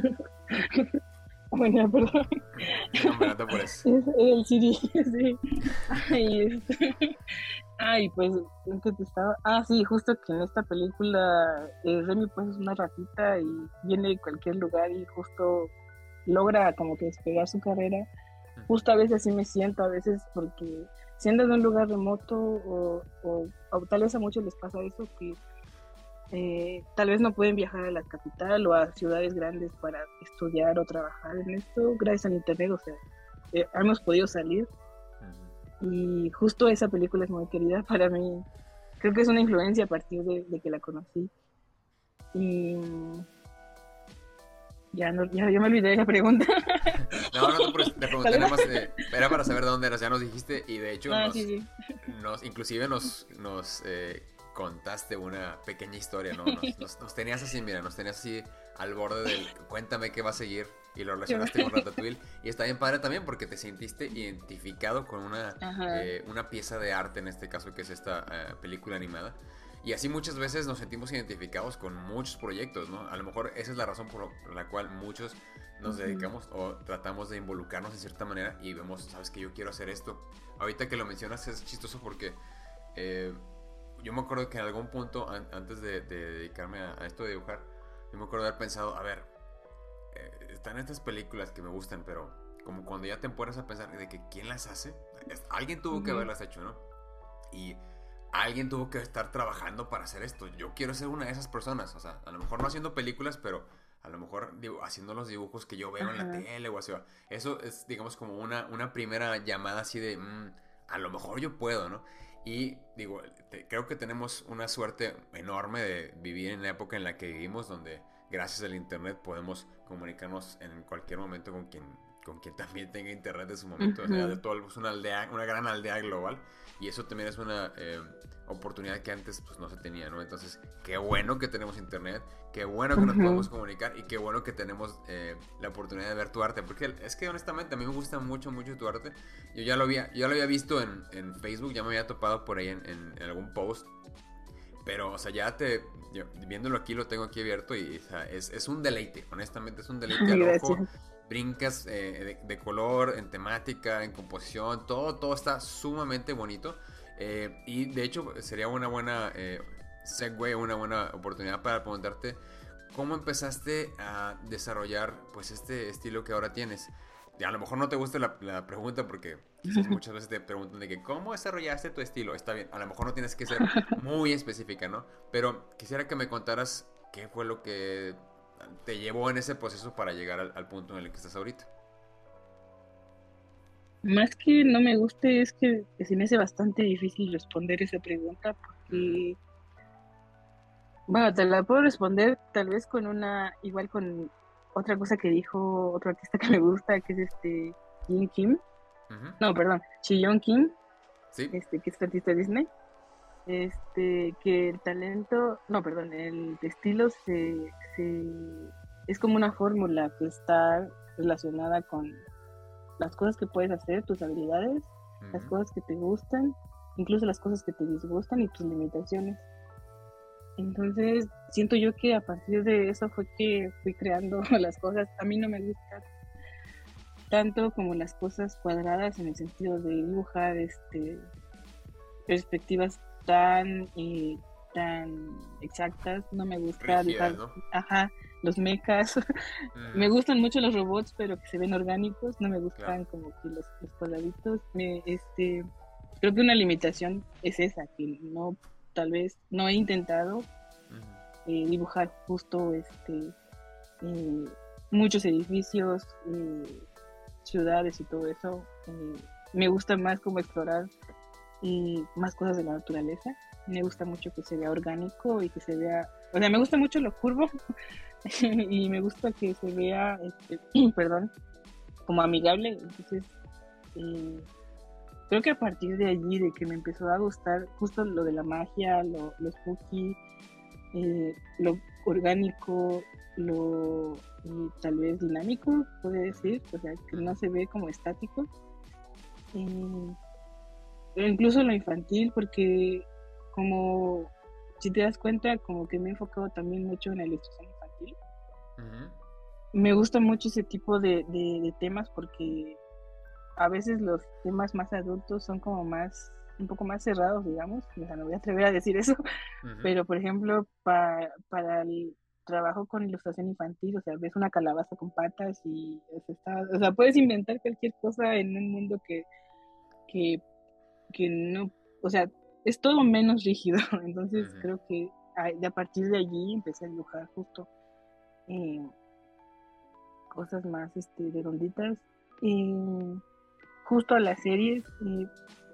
Bueno, perdón. No, hombre, no te apures. Es el Siri, sí. Ay, este... Ay, pues, ¿en qué te estaba? Ah, sí, justo que en esta película eh, Remy pues es una ratita y viene de cualquier lugar y justo logra como que despegar su carrera. Justo a veces así me siento, a veces porque siendo de un lugar remoto o, o, o tal vez a muchos les pasa eso que eh, tal vez no pueden viajar a la capital o a ciudades grandes para estudiar o trabajar en esto gracias al internet, o sea, eh, hemos podido salir Ujú. y justo esa película es muy querida para mí. Creo que es una influencia a partir de, de que la conocí. Y ya, no, ya, ya me olvidé de la pregunta. No, no te apures, te pregunté ¿Cuál nada era? más, eh, era para saber de dónde eras, ya nos dijiste y de hecho Ah, sí, nos, sí. nos inclusive nos, nos eh, contaste una pequeña historia, ¿no? Nos, nos, nos tenías así, mira, nos tenías así al borde del cuéntame qué va a seguir y lo relacionaste con Ratatouille y está bien padre también porque te sentiste identificado con una, Ajá. eh, una pieza de arte en este caso que es esta eh, película animada. Y así muchas veces nos sentimos identificados con muchos proyectos, ¿no? A lo mejor esa es la razón por la cual muchos nos Ujú. dedicamos o tratamos de involucrarnos de cierta manera y vemos, sabes que yo quiero hacer esto. Ahorita que lo mencionas es chistoso porque eh, yo me acuerdo que en algún punto an- antes de, de dedicarme a, a esto de dibujar, yo me acuerdo de haber pensado, a ver, eh, están estas películas que me gustan, pero como cuando ya te pones a pensar de que quién las hace, es- alguien tuvo que Ujú. haberlas hecho, ¿no? Y alguien tuvo que estar trabajando para hacer esto. Yo quiero ser una de esas personas, o sea, a lo mejor no haciendo películas, pero a lo mejor digo, haciendo los dibujos que yo veo en la Ajá. tele o así. Eso es, digamos, como una, una primera llamada así de, mm, a lo mejor yo puedo, ¿no? Y digo, te- creo que tenemos una suerte enorme de vivir en la época en la que vivimos, donde gracias al internet podemos comunicarnos en cualquier momento con quien, con quien también tenga internet en su momento. Uh-huh. O sea, de todo, es una aldea, una gran aldea global. Y eso también es una eh, oportunidad que antes pues, no se tenía, ¿no? Entonces, qué bueno que tenemos internet, qué bueno que uh-huh. nos podemos comunicar y qué bueno que tenemos eh, la oportunidad de ver tu arte. Porque es que honestamente a mí me gusta mucho, mucho tu arte. Yo ya lo había, yo ya lo había visto en, en Facebook, ya me había topado por ahí en, en, en algún post. Pero, o sea, ya te... Yo, viéndolo aquí, lo tengo aquí abierto y o sea, es, es un deleite. Honestamente, es un deleite al ojo. Brincas eh, de, de color, en temática, en composición. Todo, todo está sumamente bonito. Eh, y, de hecho, sería una buena eh, segue, una buena oportunidad para preguntarte cómo empezaste a desarrollar, pues, este estilo que ahora tienes. Y a lo mejor no te gusta la, la pregunta porque quizás muchas veces te preguntan de que ¿cómo desarrollaste tu estilo? Está bien, a lo mejor no tienes que ser muy específica, ¿no? Pero quisiera que me contaras qué fue lo que te llevó en ese proceso para llegar al, al punto en el que estás ahorita. Más que no me guste, es que se me hace bastante difícil responder esa pregunta porque... Bueno, te la puedo responder tal vez con una... Igual con... Otra cosa que dijo otro artista que me gusta, que es este Jin Kim. Uh-huh. No, perdón, Chiyong Kim. Sí. Este, que es artista de Disney. Este, que el talento, no, perdón, el estilo se, se es como una fórmula que está relacionada con las cosas que puedes hacer, tus habilidades, uh-huh. las cosas que te gustan, incluso las cosas que te disgustan y tus limitaciones. Entonces, siento yo que a partir de eso fue que fui creando las cosas. A mí no me gusta tanto como las cosas cuadradas en el sentido de dibujar este, perspectivas tan, eh, tan exactas. No me gusta Rígida, dibujar, ¿no? Ajá, los mechas. Mm. Me gustan mucho los robots, pero que se ven orgánicos. No me gustan claro. como que los, los cuadraditos. Me, este, creo que una limitación es esa, que no... tal vez no he intentado uh-huh. eh, dibujar justo este eh, muchos edificios, eh, ciudades y todo eso. Eh, me gusta más como explorar eh, más cosas de la naturaleza. Me gusta mucho que se vea orgánico y que se vea, o sea, me gusta mucho lo curvo y me gusta que se vea, este, perdón, como amigable. Entonces, eh, creo que a partir de allí, de que me empezó a gustar justo lo de la magia, lo, lo spooky, eh, lo orgánico, lo eh, tal vez dinámico, puede decir, o sea, que no se ve como estático. Eh, incluso lo infantil, porque como, si te das cuenta, como que me he enfocado también mucho en la ilustración infantil. Uh-huh. Me gusta mucho ese tipo de, de, de temas porque a veces los temas más adultos son como más, un poco más cerrados, digamos, o sea, no voy a atrever a decir eso, uh-huh. pero por ejemplo, pa, para el trabajo con ilustración infantil, o sea, ves una calabaza con patas y o sea, está, o sea, puedes inventar cualquier cosa en un mundo que, que, que no, o sea, es todo menos rígido, entonces uh-huh. creo que a, de a partir de allí empecé a dibujar justo eh, cosas más este, redonditas. Eh, justo a las series, eh,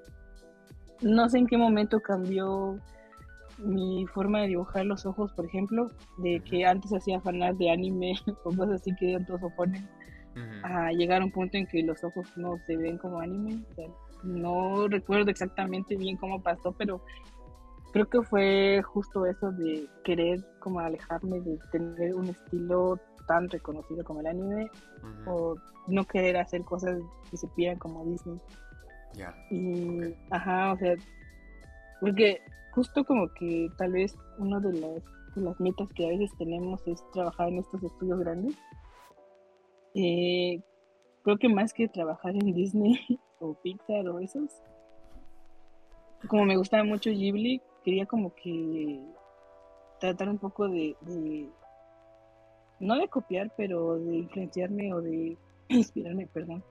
no sé en qué momento cambió mi forma de dibujar los ojos, por ejemplo, de que antes hacía fanart de anime o cosas así que eran todos ojones, uh-huh. a llegar a un punto en que los ojos no se ven como anime. O sea, no recuerdo exactamente bien cómo pasó, pero creo que fue justo eso de querer como alejarme de tener un estilo tan reconocido como el anime, uh-huh. o no querer hacer cosas que se pidan como Disney. Ya. Yeah. Y, okay. ajá, o sea, porque justo como que tal vez una de las, de las metas que a veces tenemos es trabajar en estos estudios grandes. Eh, creo que más que trabajar en Disney o Pixar o esos, como me gustaba mucho Ghibli, quería como que tratar un poco de, de no de copiar, pero de influenciarme o de inspirarme, perdón.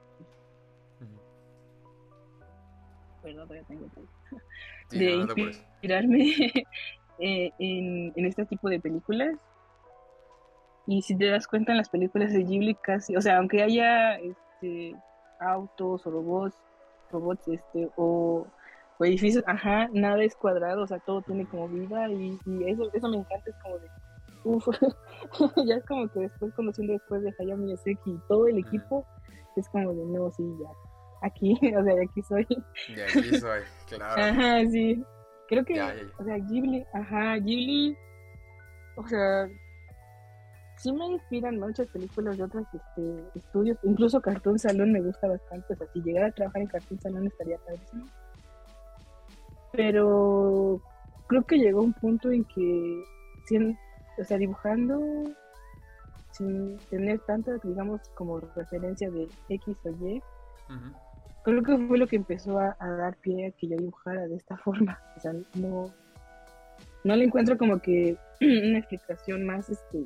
Uh-huh. Perdón, todavía tengo tiempo. Sí, de no, no inspirarme eh, en, en este tipo de películas. Y si te das cuenta, en las películas de Ghibli casi, o sea, aunque haya este, autos o robots, robots este, o, o edificios, ajá, nada es cuadrado, o sea, todo tiene como vida y, y eso, eso me encanta, es como de Uf, ya es como que después conociendo después de Hayao Miyazaki y todo el equipo, es como de no, sí, ya, aquí, o sea, aquí soy. Ya aquí soy, claro. Ajá, sí. Creo que, Ya, ya, ya. o sea, Ghibli, ajá, Ghibli, o sea, sí me inspiran muchas películas de otros este, estudios, incluso Cartoon Salón me gusta bastante, o sea, si llegara a trabajar en Cartoon Salón estaría padrísimo. Pero creo que llegó un punto en que, sin, o sea, dibujando sin tener tanta, digamos, como referencia de X o Y, Ujú. creo que fue lo que empezó a, a dar pie a que yo dibujara de esta forma. O sea, no, no le encuentro como que una explicación más, este,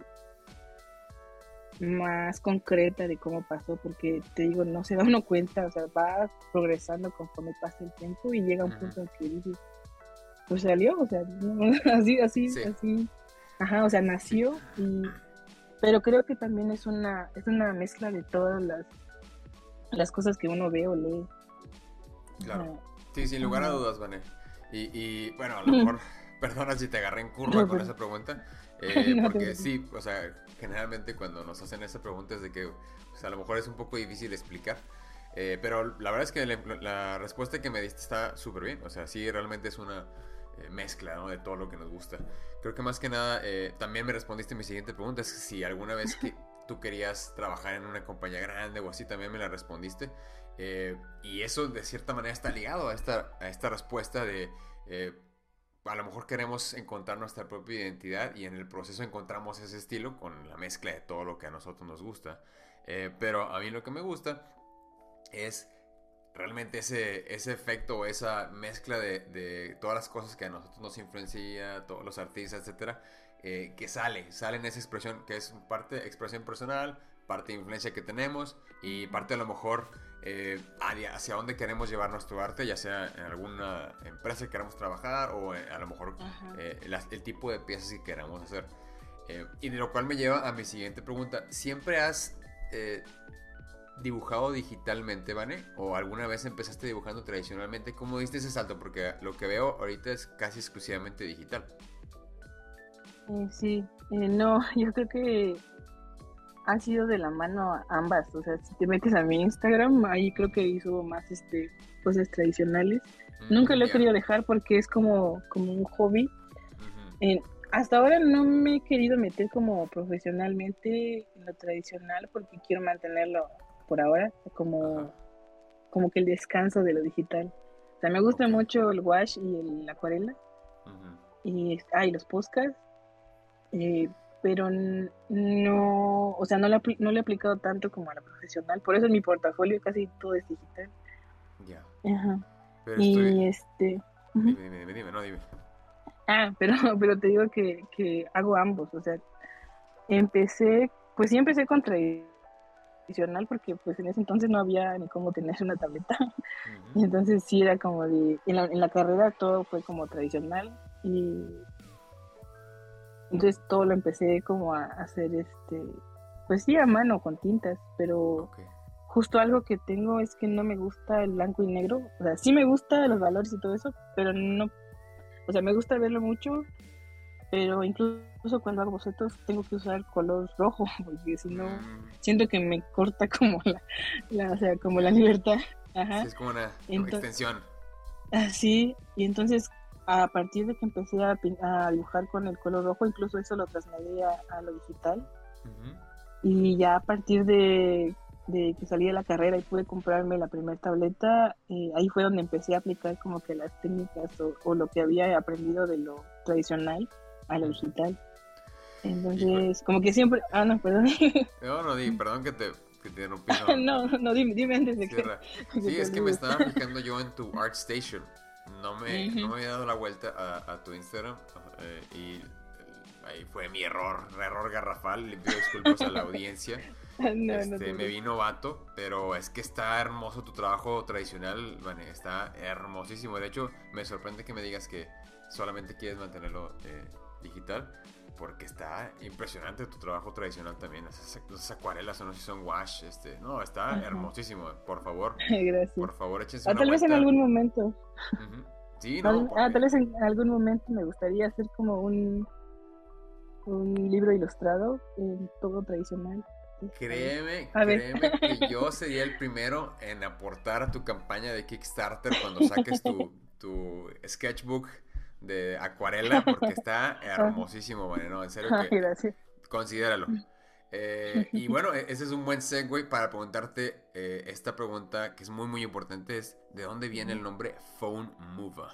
más concreta de cómo pasó, porque te digo, no se da uno cuenta, o sea, va progresando conforme pasa el tiempo y llega un Ujú. punto en que dices, pues salió, o sea, no, así, así, Sí. así, ajá, o sea, nació y, pero creo que también es una, es una mezcla de todas las, las cosas que uno ve o lee. Claro. Ajá. Sí, sin lugar a Ajá. dudas, Vané. Y, y bueno, a lo mejor, perdona si te agarré en curva No, con pero- esa pregunta, eh, no te porque preocupes. sí, o sea, generalmente cuando nos hacen esa pregunta es de que, pues, a lo mejor es un poco difícil de explicar, eh, pero la verdad es que la, la respuesta que me diste está súper bien, o sea, sí, realmente es una eh, mezcla, ¿no? De todo lo que nos gusta. Creo que más que nada, eh, también me respondiste mi siguiente pregunta, es si alguna vez que tú querías trabajar en una compañía grande o así, también me la respondiste. Eh, y eso de cierta manera está ligado a esta, a esta respuesta de eh, a lo mejor queremos encontrar nuestra propia identidad y en el proceso encontramos ese estilo con la mezcla de todo lo que a nosotros nos gusta. Eh, pero a mí lo que me gusta es realmente ese, ese efecto o esa mezcla de, de todas las cosas que a nosotros nos influencia, todos los artistas, etcétera, eh, que sale, sale en esa expresión que es parte expresión personal, parte de influencia que tenemos y parte a lo mejor eh, hacia dónde queremos llevar nuestro arte, ya sea en alguna empresa que queramos trabajar o eh, a lo mejor Ajá. eh, las- el tipo de piezas que queramos hacer. Eh, y de lo cual me lleva a mi siguiente pregunta. ¿Siempre has eh, dibujado digitalmente, Vane? ¿O alguna vez empezaste dibujando tradicionalmente? ¿Cómo diste ese salto? Porque lo que veo ahorita es casi exclusivamente digital. Eh, sí, eh, no, yo creo que han sido de la mano ambas, o sea, si te metes a mi Instagram, ahí creo que subo más este cosas tradicionales. Nunca Mm, lo he ya. querido dejar porque es como, como un hobby. Ujú. Eh, hasta ahora no me he querido meter como profesionalmente en lo tradicional porque quiero mantenerlo por ahora como, Ajá. como que el descanso de lo digital. O sea, me gusta Ok. mucho el wash y el- la acuarela Ujú. y, ah, y los podcasts, eh, pero n- no, o sea, no lo, apli- no lo he aplicado tanto como a la profesional, por eso en mi portafolio casi todo es digital. Ya. Ajá. Pero estoy... Y este, ujú. Dime, dime, dime, dime, no, dime. Ah, pero, pero te digo que, que hago ambos, o sea, empecé, pues sí empecé con tradicional porque pues en ese entonces no había ni cómo tener una tableta, Ujú. y entonces sí era como de, en la, en la carrera todo fue como tradicional y entonces todo lo empecé como a hacer este, pues sí a mano con tintas, pero Ok. justo algo que tengo es que no me gusta el blanco y negro, o sea, sí me gusta los valores y todo eso, pero no, o sea, me gusta verlo mucho, pero incluso cuando hago bocetos tengo que usar color rojo, porque si no, Mm, siento que me corta como la, la o sea, como ya. la libertad. Sí, Ajá. es como una como Entonces, extensión. así, y entonces a partir de que empecé a, pin- a dibujar con el color rojo, incluso eso lo trasladé a, a lo digital, Ujú. y ya a partir de, de que salí de la carrera y pude comprarme la primera tableta, eh, ahí fue donde empecé a aplicar como que las técnicas o, o lo que había aprendido de lo tradicional a lo Ujú. digital. Híjole. Entonces, como que siempre, ah, no, perdón. No, no, di, perdón que te, que te interrumpí, no, no. No, no, dime, dime antes de que, Cierra. que Sí, te es que me olvides. estaba fijando yo en tu ArtStation. No me, no Ujú. me había dado la vuelta a, a tu Instagram eh, y eh, ahí fue mi error, error garrafal. Le pido disculpas a la audiencia. No, no te Este, me vi preocupes. novato, pero es que está hermoso tu trabajo tradicional, Vane, está hermosísimo. De hecho, me sorprende que me digas que solamente quieres mantenerlo eh, digital, porque está impresionante tu trabajo tradicional también. Esas, esas acuarelas, o no sé si son wash, este, no, está Ajá. hermosísimo. Por favor, Gracias. por favor, échense Ah, una tal vez en vuelta. algún momento, Ujú. Sí, no, tal, ah, porque tal vez en algún momento me gustaría hacer como un, un libro ilustrado en todo tradicional. créeme, A ver. créeme que yo sería el primero en aportar a tu campaña de Kickstarter cuando saques tu, tu sketchbook de acuarela, porque está hermosísimo, Vane, no, en serio Ay, que gracias. considéralo. Eh, y bueno, e- ese es un buen segue para preguntarte eh, esta pregunta que es muy muy importante, es ¿de dónde viene el nombre Phone Mover?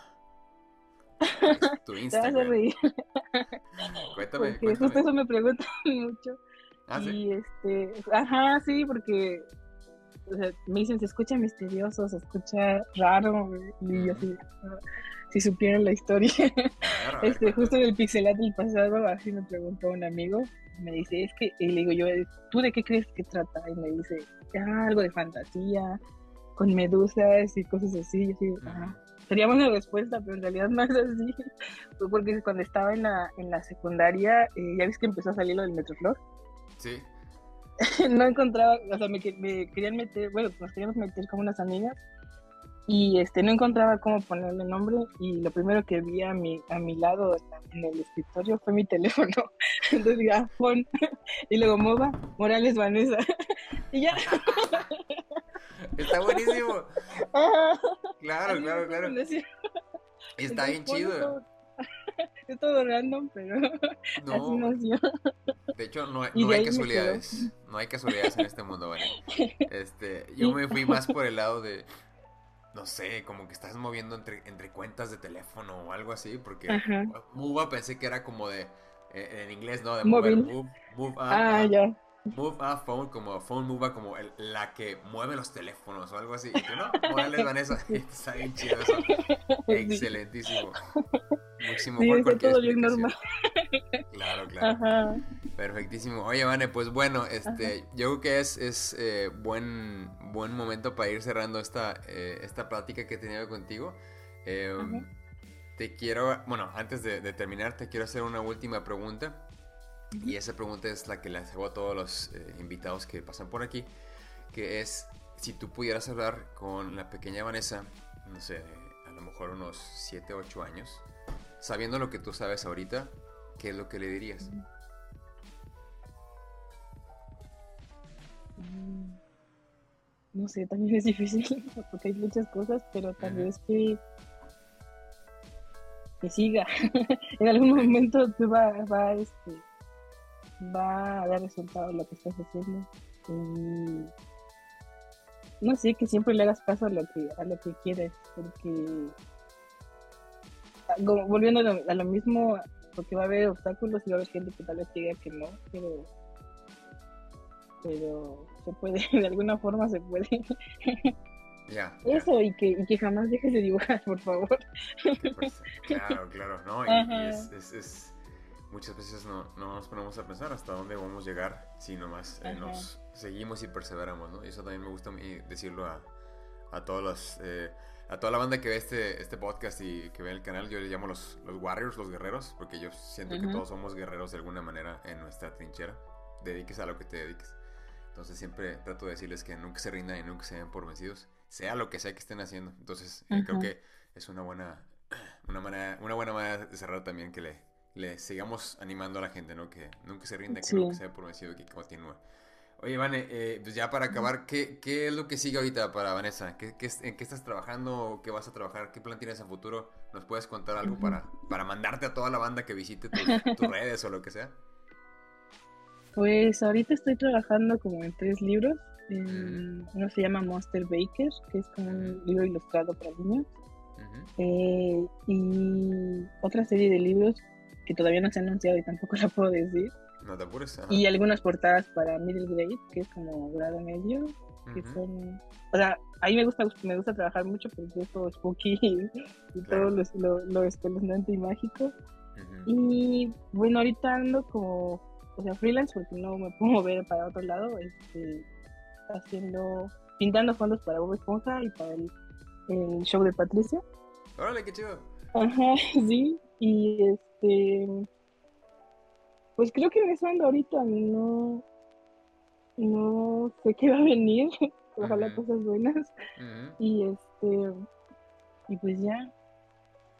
Que es tu Te vas a Instagram. reír Cuéntame, porque justo cuéntame. eso me preguntan mucho. ¿Ah, sí? Y este, ajá, sí, porque o sea, me dicen, se escucha misterioso, se escucha raro, güey. Y yo Ujú. así, ah, si supieran la historia. A ver, a ver, Este, justo cuéntame. en el pixelat del pasado, así me preguntó un amigo, me dice, es que, y le digo yo, ¿tú de qué crees que trata? Y me dice, ah, algo de fantasía, con medusas y cosas así. Y yo así, ah, Ujú. sería buena respuesta, pero en realidad no es así. Fue porque cuando estaba en la, en la secundaria, eh, ya ves que empezó a salir lo del Metroflog. Sí. No encontraba, o sea, me, que- me querían meter, bueno, nos queríamos meter con unas amigas y este no encontraba cómo ponerle nombre y lo primero que vi a mi, a mi lado en, la- en el escritorio fue mi teléfono. Entonces dije, ah, pon, y luego Mova, Morales Vanessa. Y ya, Está buenísimo. ajá, Claro, así me claro, puse a claro. decir. Está Entonces bien ponlo chido. todo, es todo random, pero así No, nació. de hecho, no, hay- Y no de hay ahí me quedó. casualidades. No hay casualidades en este mundo, ¿vale? Este, yo me fui más por el lado de, no sé, como que estás moviendo entre, entre cuentas de teléfono o algo así, porque Ajá, Move pensé que era como de, eh, en inglés, ¿no? De mover, móvil. move, move up, Ah, ajá. ya. Move a phone, como phone move como el- la que mueve los teléfonos o algo así. Y tú, no, Morales Vanessa, está bien chido eso. Sí, Excelentísimo. Muchísimo sí, mejor está cualquier todo bien explicación. normal. Claro, claro. Ajá, Perfectísimo. Oye, Vane, pues bueno, ajá, este, yo creo que es, es eh, buen, buen momento para ir cerrando esta, eh, esta plática que he tenido contigo. Eh, ajá. te quiero, bueno, antes de, de terminar, te quiero hacer una última pregunta. Y esa pregunta es la que le hago a todos los eh, invitados que pasan por aquí, que es si tú pudieras hablar con la pequeña Vanessa, no sé, a lo mejor unos siete ocho años, sabiendo lo que tú sabes ahorita, ¿qué es lo que le dirías? Mm, No sé, también es difícil porque hay muchas cosas, pero tal Ujú. vez que, que siga. En algún Ok. momento te va, va, este, va a dar resultado lo que estás haciendo. Y no sé, que siempre le hagas caso a lo que, a lo que quieres, porque ah, como volviendo a lo, a lo mismo, porque va a haber obstáculos y va a haber gente que tal vez diga que no, pero, pero se puede, de alguna forma se puede. Ya, ya. Eso, y que, y que jamás dejes de dibujar, por favor. Que pues, claro, claro, ¿no? Y, y Ajá, es, es, es- muchas veces no, no nos ponemos a pensar hasta dónde vamos a llegar si nomás eh, ajá, nos seguimos y perseveramos, ¿no? Y eso también me gusta a mí decirlo a, a todos los, eh, a toda la banda que ve este, este podcast y que ve el canal. Yo les llamo los, los warriors, los guerreros, porque yo siento que ajá. todos somos guerreros de alguna manera en nuestra trinchera. Dediques a lo que te dediques. Entonces siempre trato de decirles que nunca se rindan y nunca se den por vencidos, sea lo que sea que estén haciendo. Entonces eh, creo Ajá, que es una buena, una manera, una buena manera de cerrar también, que le, le sigamos animando a la gente, ¿no? Que nunca se rinda, que nunca sí. se dé por vencido, que continúe. Oye, Vane, eh, pues ya para acabar, ¿qué, ¿qué es lo que sigue ahorita para Vanessa? ¿Qué, qué, ¿En qué estás trabajando? ¿Qué vas a trabajar? ¿Qué plan tienes a futuro? ¿Nos puedes contar algo Ujú. para, para mandarte a toda la banda que visite tus, tus redes o lo que sea? Pues ahorita estoy trabajando como en tres libros. Ujú, En- uno se llama Monster Baker, que es como ujú, un libro ilustrado para niños. ujú. Eh, y otra serie de libros que todavía no se ha anunciado y tampoco la puedo decir. No te apures, ajá. Y algunas portadas para middle grade, que es como grado medio, que Ujú, son... O sea, ahí me gusta, me gusta trabajar mucho porque es todo spooky y, y todo claro. lo, lo, lo espeluznante y mágico. Ujú, Y bueno, ahorita ando como, o sea, freelance porque no me puedo mover para otro lado, este, haciendo, pintando fondos para Bob Esponja y para el, el show de Patricia. órale, qué chido. Ajá, sí, y este, pues creo que en eso ando ahorita, no, no sé qué va a venir, ojalá Ujú, cosas buenas, ujú. y este, y pues ya,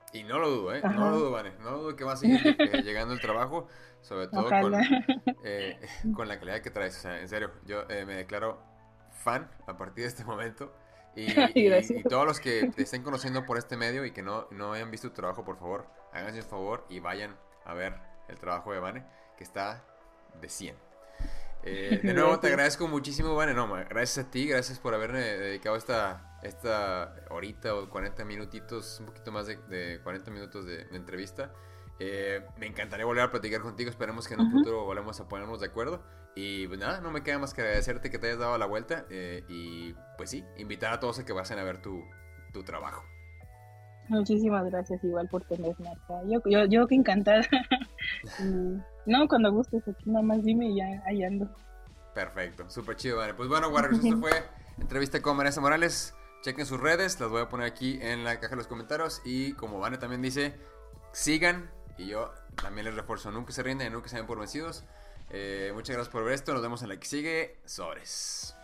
Y no lo dudo, ¿eh? Ajá. No lo dudo, Vane. No dudo que va a seguir eh, llegando el trabajo, sobre todo con, Ojalá. eh, con la calidad que traes. O sea, en serio, yo eh, me declaro fan a partir de este momento. Y, y, Gracias. y todos los que te estén conociendo por este medio y que no, no hayan visto tu trabajo, por favor, háganse un favor y vayan a ver el trabajo de Vane, que está de cien. Eh, de nuevo, te Gracias. agradezco muchísimo, Vane. No, ma- gracias a ti, gracias por haberme dedicado esta, esta horita o cuarenta minutitos, un poquito más de, de cuarenta minutos de, de entrevista. Eh, me encantaría volver a platicar contigo. Esperemos que en un Ujú. futuro volvamos a ponernos de acuerdo. Y pues nada, no me queda más que agradecerte que te hayas dado la vuelta. eh, y pues sí, invitar a todos a que vayan a ver tu, tu trabajo. Muchísimas gracias igual por tenerme acá. Yo, yo, yo que encantada. Y, no, cuando gustes aquí nada más dime y ya ahí ando. Perfecto, súper chido, Vane. Pues bueno, Warriors, esto fue entrevista con Vanessa Morales. Chequen sus redes, las voy a poner aquí en la caja de los comentarios. Y como Vane también dice, sigan. Y yo también les refuerzo, nunca se rindan y nunca se den por vencidos. Eh, muchas gracias por ver esto. Nos vemos en la que sigue. Sobres.